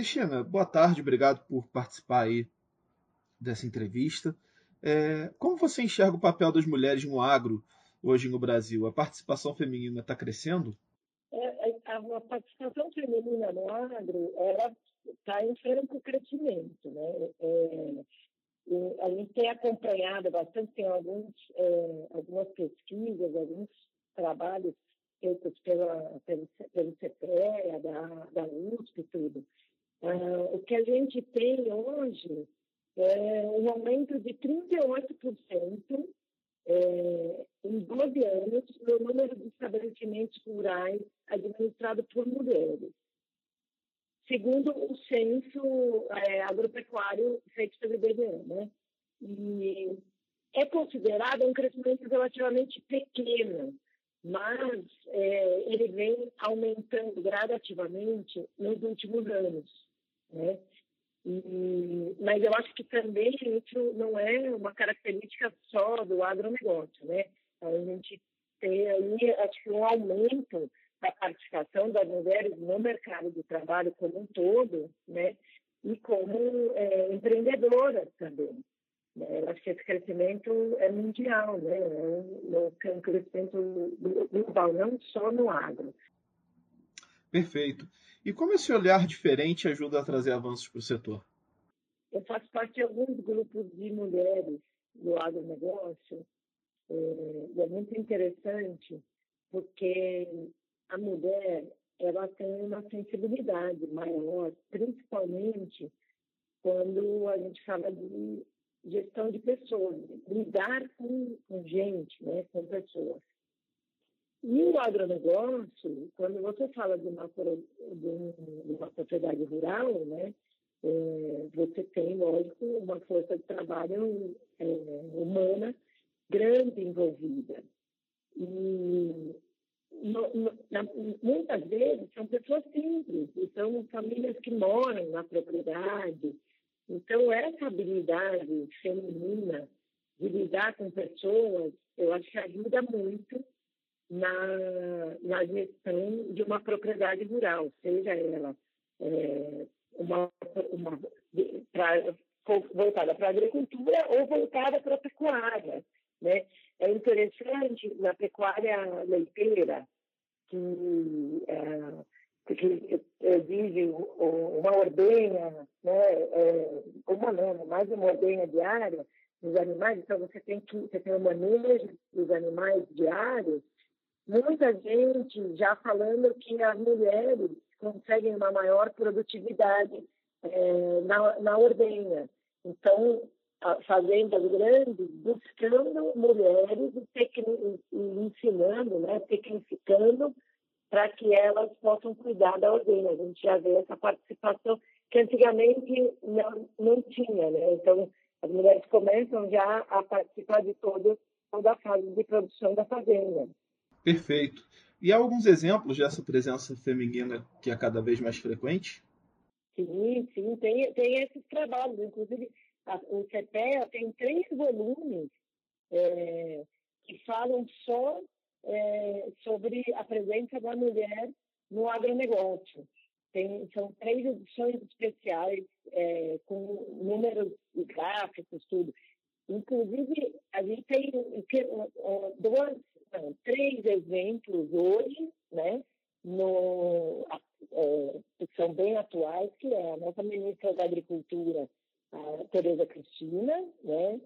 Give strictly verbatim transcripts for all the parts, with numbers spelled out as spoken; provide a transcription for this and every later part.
Cristina, boa tarde, obrigado por participar aí dessa entrevista. É, como você enxerga o papel das mulheres no agro hoje no Brasil? A participação feminina está crescendo? É, a, a participação feminina no agro, ela está em franco crescimento, né? É, a gente tem acompanhado bastante, tem alguns, é, algumas pesquisas, alguns trabalhos feitos pela, pelo, pelo CEPEA, da, da U S P e tudo. Ah, o que a gente tem hoje é um aumento de trinta e oito por cento é, em doze anos no número de estabelecimentos rurais administrados por mulheres, segundo o censo é, agropecuário feito pelo I B G E, né? E é considerado um crescimento relativamente pequeno, mas é, ele vem aumentando gradativamente nos últimos anos, né? E, mas eu acho que também isso não é uma característica só do agronegócio, né? A gente tem aí, acho que um aumento da participação das mulheres no mercado de trabalho como um todo, né? E como é, empreendedoras também. Né? Eu acho que esse crescimento é mundial, né? É um crescimento global, não só no agro. Perfeito. E como esse olhar diferente ajuda a trazer avanços para o setor? Eu faço parte de alguns grupos de mulheres do agronegócio, é, e é muito interessante porque a mulher ela tem uma sensibilidade maior, principalmente quando a gente fala de gestão de pessoas, lidar com, com gente, né, com pessoas. E o agronegócio, quando você fala de uma, de uma propriedade rural, né, é, você tem, lógico, uma força de trabalho é, humana grande envolvida. E no, no, na, muitas vezes são pessoas simples, são famílias que moram na propriedade. Então, essa habilidade feminina de lidar com pessoas, eu acho que ajuda muito na, na gestão de uma propriedade rural, seja ela é, uma, uma pra, voltada para a agricultura ou voltada para a pecuária, né? É interessante na pecuária leiteira que, é, que exige uma ordenha, né? É, uma não, mais uma ordenha diária dos animais, então você tem que você tem o manejo dos animais diários. Muita gente já falando que as mulheres conseguem uma maior produtividade é, na, na ordenha. Então, fazendas grandes buscando mulheres e, tecni- e ensinando, né, tecnificando para que elas possam cuidar da ordenha. A gente já vê essa participação que antigamente não, não tinha, né? Então, as mulheres começam já a participar de todo, toda a fase de produção da fazenda. Perfeito. E há alguns exemplos dessa presença feminina que é cada vez mais frequente? Sim, sim, tem, tem esses trabalhos. Inclusive, a, o CEPEA tem três volumes é, que falam só é, sobre a presença da mulher no agronegócio. Tem, são três edições especiais é, com números gráficos, tudo. Inclusive, a gente tem duas, não, três exemplos hoje, né, no, é, que são bem atuais, que é a nossa ministra da Agricultura, a Tereza Cristina, né,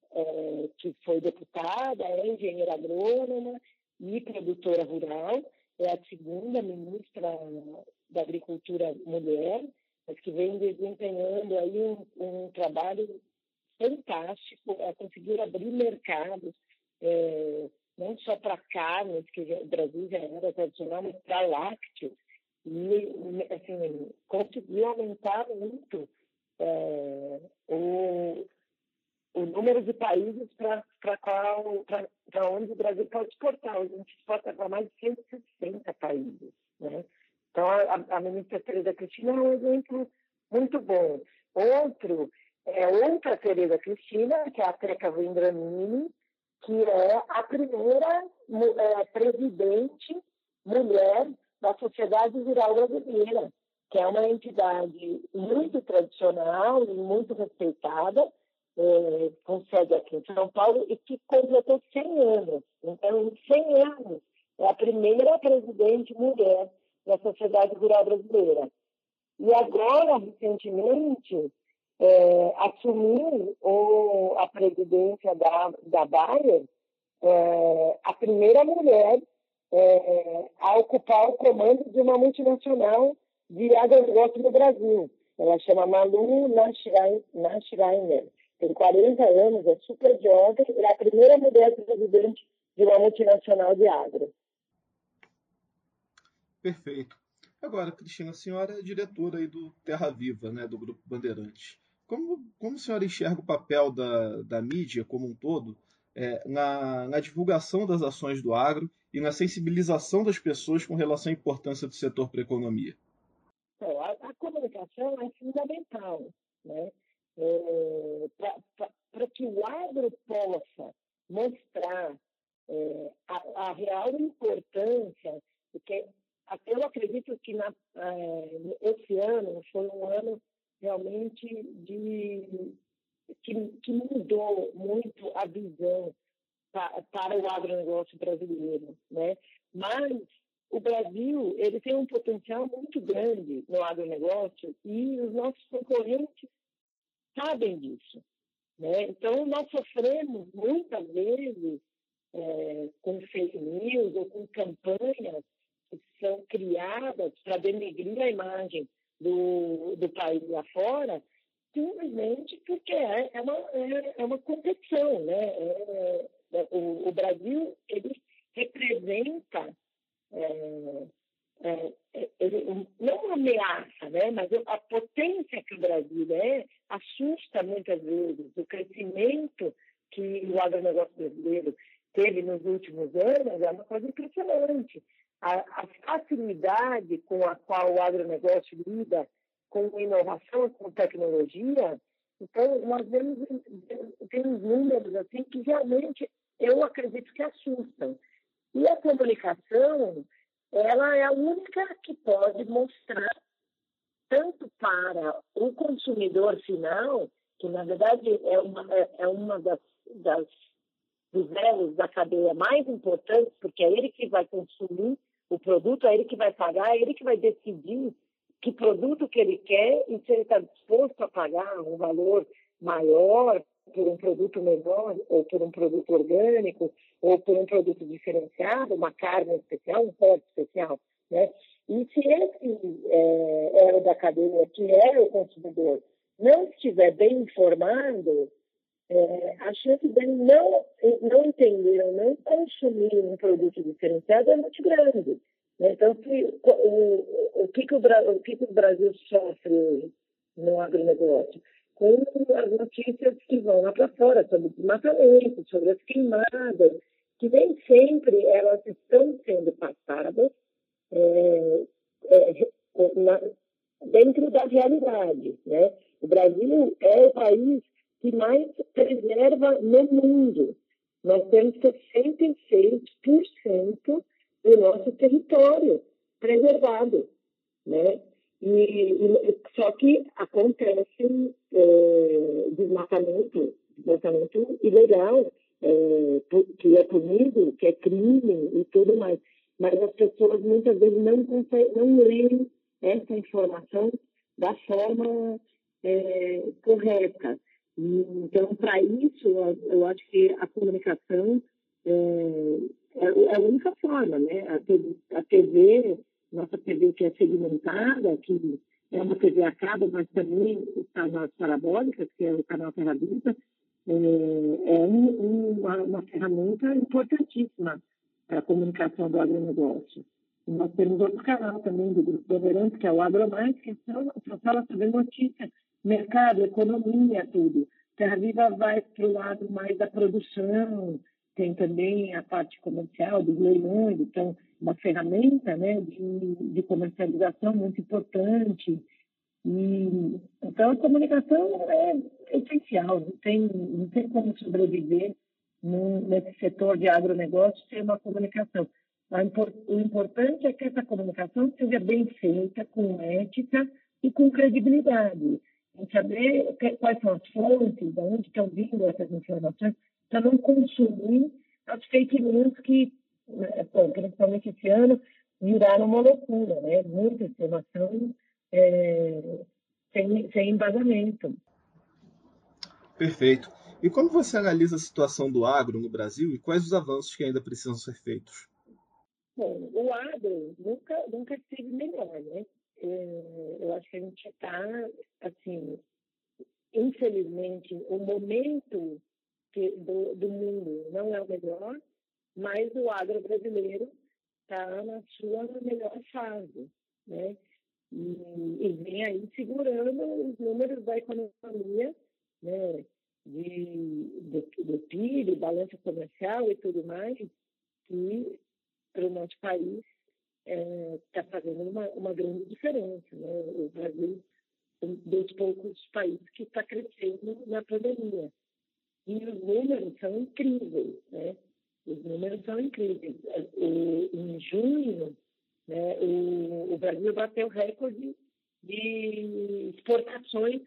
é, que foi deputada, é engenheira agrônoma e produtora rural, é a segunda ministra da Agricultura mulher, mas que vem desempenhando aí um, um trabalho fantástico, a conseguir abrir mercados, é, não só para carnes, que já, o Brasil já era tradicional, mas para lácteos. E, assim, conseguiu aumentar muito é, o, o número de países para onde o Brasil pode exportar. A gente exporta para mais de cento e sessenta países, né? Então, a, a ministra Tereza Cristina é um exemplo muito bom. Outro é outra Tereza Cristina, que é a Teca Vendramini, que é a primeira é, presidente mulher da Sociedade Rural Brasileira. que é uma entidade muito tradicional e muito respeitada, é, com sede aqui em São Paulo, e que completou cem anos. Então, em cem anos, é a primeira presidente mulher da Sociedade Rural Brasileira. E agora, recentemente, é, assumiu o, a presidência da, da Bayer, é, a primeira mulher é, a ocupar o comando de uma multinacional de agronegócio no Brasil. Ela chama Malu Nachreiner. Tem quarenta anos, é super jovem, é a primeira mulher presidente de uma multinacional de agro. Perfeito. Agora, Cristina, a senhora é diretora aí do Terra Viva, né, do Grupo Bandeirantes. Como, como a senhora enxerga o papel da, da mídia como um todo é, na, na divulgação das ações do agro e na sensibilização das pessoas com relação à importância do setor para a economia? Então, a, a comunicação é fundamental, né? É, para que o agro possa mostrar é, a, a real importância, porque eu acredito que na, é, esse ano foi um ano realmente de, que, que mudou muito a visão pa, para o agronegócio brasileiro, né? Mas o Brasil ele tem um potencial muito grande no agronegócio e os nossos concorrentes sabem disso, né? Então, nós sofremos muitas vezes é, com fake news ou com campanhas que são criadas para denegrir a imagem do, do país lá fora, simplesmente porque é, é, uma, é, é uma competição, né? É, é, o, o Brasil ele representa é, é, ele, não uma ameaça, né? Mas a potência que o Brasil é assusta muitas vezes. O crescimento que o agronegócio brasileiro teve nos últimos anos é uma coisa impressionante. A, a facilidade com a qual o agronegócio lida com inovação e com tecnologia, então nós vemos, temos números assim que realmente eu acredito que assustam. E a comunicação, ela é a única que pode mostrar, tanto para o consumidor final, que na verdade é uma, é, é uma das, das dos elos da cadeia mais importantes, porque é ele que vai consumir o produto, é ele que vai pagar, é ele que vai decidir que produto que ele quer e se ele está disposto a pagar um valor maior por um produto menor, ou por um produto orgânico, ou por um produto diferenciado, uma carne especial, um corte especial, né? E se esse é, elo da cadeia, que é o consumidor, não estiver bem informado, é, a chance dele não, não entender ou não consumir um produto diferenciado é muito grande. Né? Então, se, o, o, que que o, o que que o Brasil sofre hoje no agronegócio? Com as notícias que vão lá para fora, sobre desmatamento, sobre as queimadas, que nem sempre elas estão sendo passadas é, é, na, dentro da realidade. Né? O Brasil é o país que mais preserva no mundo. Nós temos sessenta e seis por cento do nosso território preservado, né? E, e, só que acontece é, desmatamento, desmatamento ilegal, é, que é punido, que é crime e tudo mais. Mas as pessoas muitas vezes não, conseguem, não leem essa informação da forma é, correta. Então, para isso, eu acho que a comunicação é, é a única forma, né? A T V, a T V, nossa T V que é segmentada, que é uma T V a cabo, mas também está nas parabólicas, que é o canal Terra Viva, é, é um, uma, uma ferramenta importantíssima para a comunicação do agronegócio. E nós temos outro canal também do Grupo Bandeirantes, que é o AgroMais, que só fala sobre notícia, mercado, economia, tudo. Terra Viva vai para o lado mais da produção, tem também a parte comercial, dos leilões, então, uma ferramenta, né, de, de comercialização muito importante. E, então, a comunicação é essencial, não tem, não tem como sobreviver num, nesse setor de agronegócio sem uma comunicação. O importante é que essa comunicação seja bem feita, com ética e com credibilidade. Em saber quais são as fontes, de onde estão vindo essas informações, para não consumir as fake news que, bom, principalmente esse ano, viraram uma loucura, né? Muita informação é, sem, sem embasamento. Perfeito. E como você analisa a situação do agro no Brasil e quais os avanços que ainda precisam ser feitos? Bom, o agro nunca, nunca esteve melhor, né? É, eu acho que a gente está, assim, infelizmente, o momento que, do, do mundo não é o melhor, mas o agro brasileiro está na sua melhor fase, né? E, e vem aí segurando os números da economia, né? De, do, do P I B, balança comercial e tudo mais, que para o nosso país está é, fazendo uma, uma grande diferença, né? O Brasil é um dos poucos países que está crescendo na pandemia. E os números são incríveis, né? Os números são incríveis. E, em junho, né, o, o Brasil bateu recorde de exportações,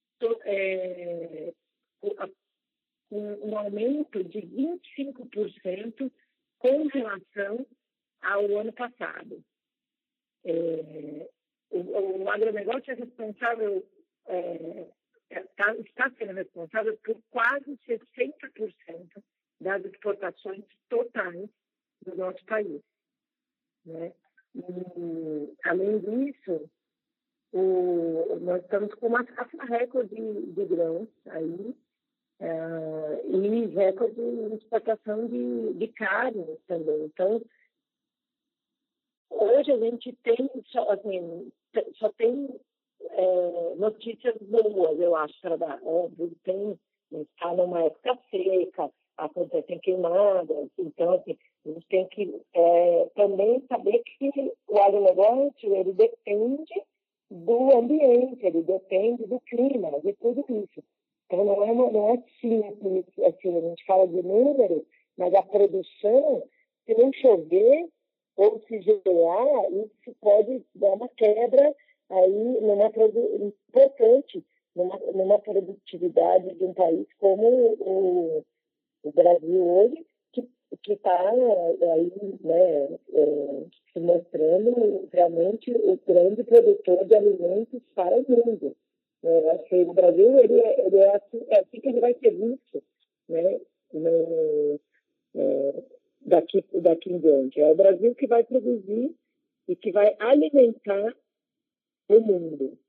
é, com um aumento de vinte e cinco por cento com relação ao ano passado. É, o, o agronegócio é responsável, é, tá, está sendo responsável por quase sessenta por cento das exportações totais do nosso país, né? E, além disso, o, nós estamos com uma safra recorde de, de grãos aí, é, e recorde de exportação de, de carne também. Então, hoje a gente tem, só, assim, só tem é, notícias boas, eu acho, para dar. Óbvio, tem, está numa época seca, acontecem queimadas, então, assim, a gente tem que é, também saber que o agronegócio, ele depende do ambiente, ele depende do clima, de tudo isso. Então, não é, uma, não é simples, assim, a gente fala de números, mas a produção, se não chover ou se gerar, isso pode dar uma quebra aí numa produ- importante, numa, numa produtividade de um país como o, o Brasil hoje, que está aí, né, é, se mostrando realmente o grande produtor de alimentos para o mundo. Eu acho que o Brasil ele é, ele é, assim, é assim que ele vai ser visto, né, no, é, daqui, daqui em diante. É o Brasil que vai produzir e que vai alimentar o mundo.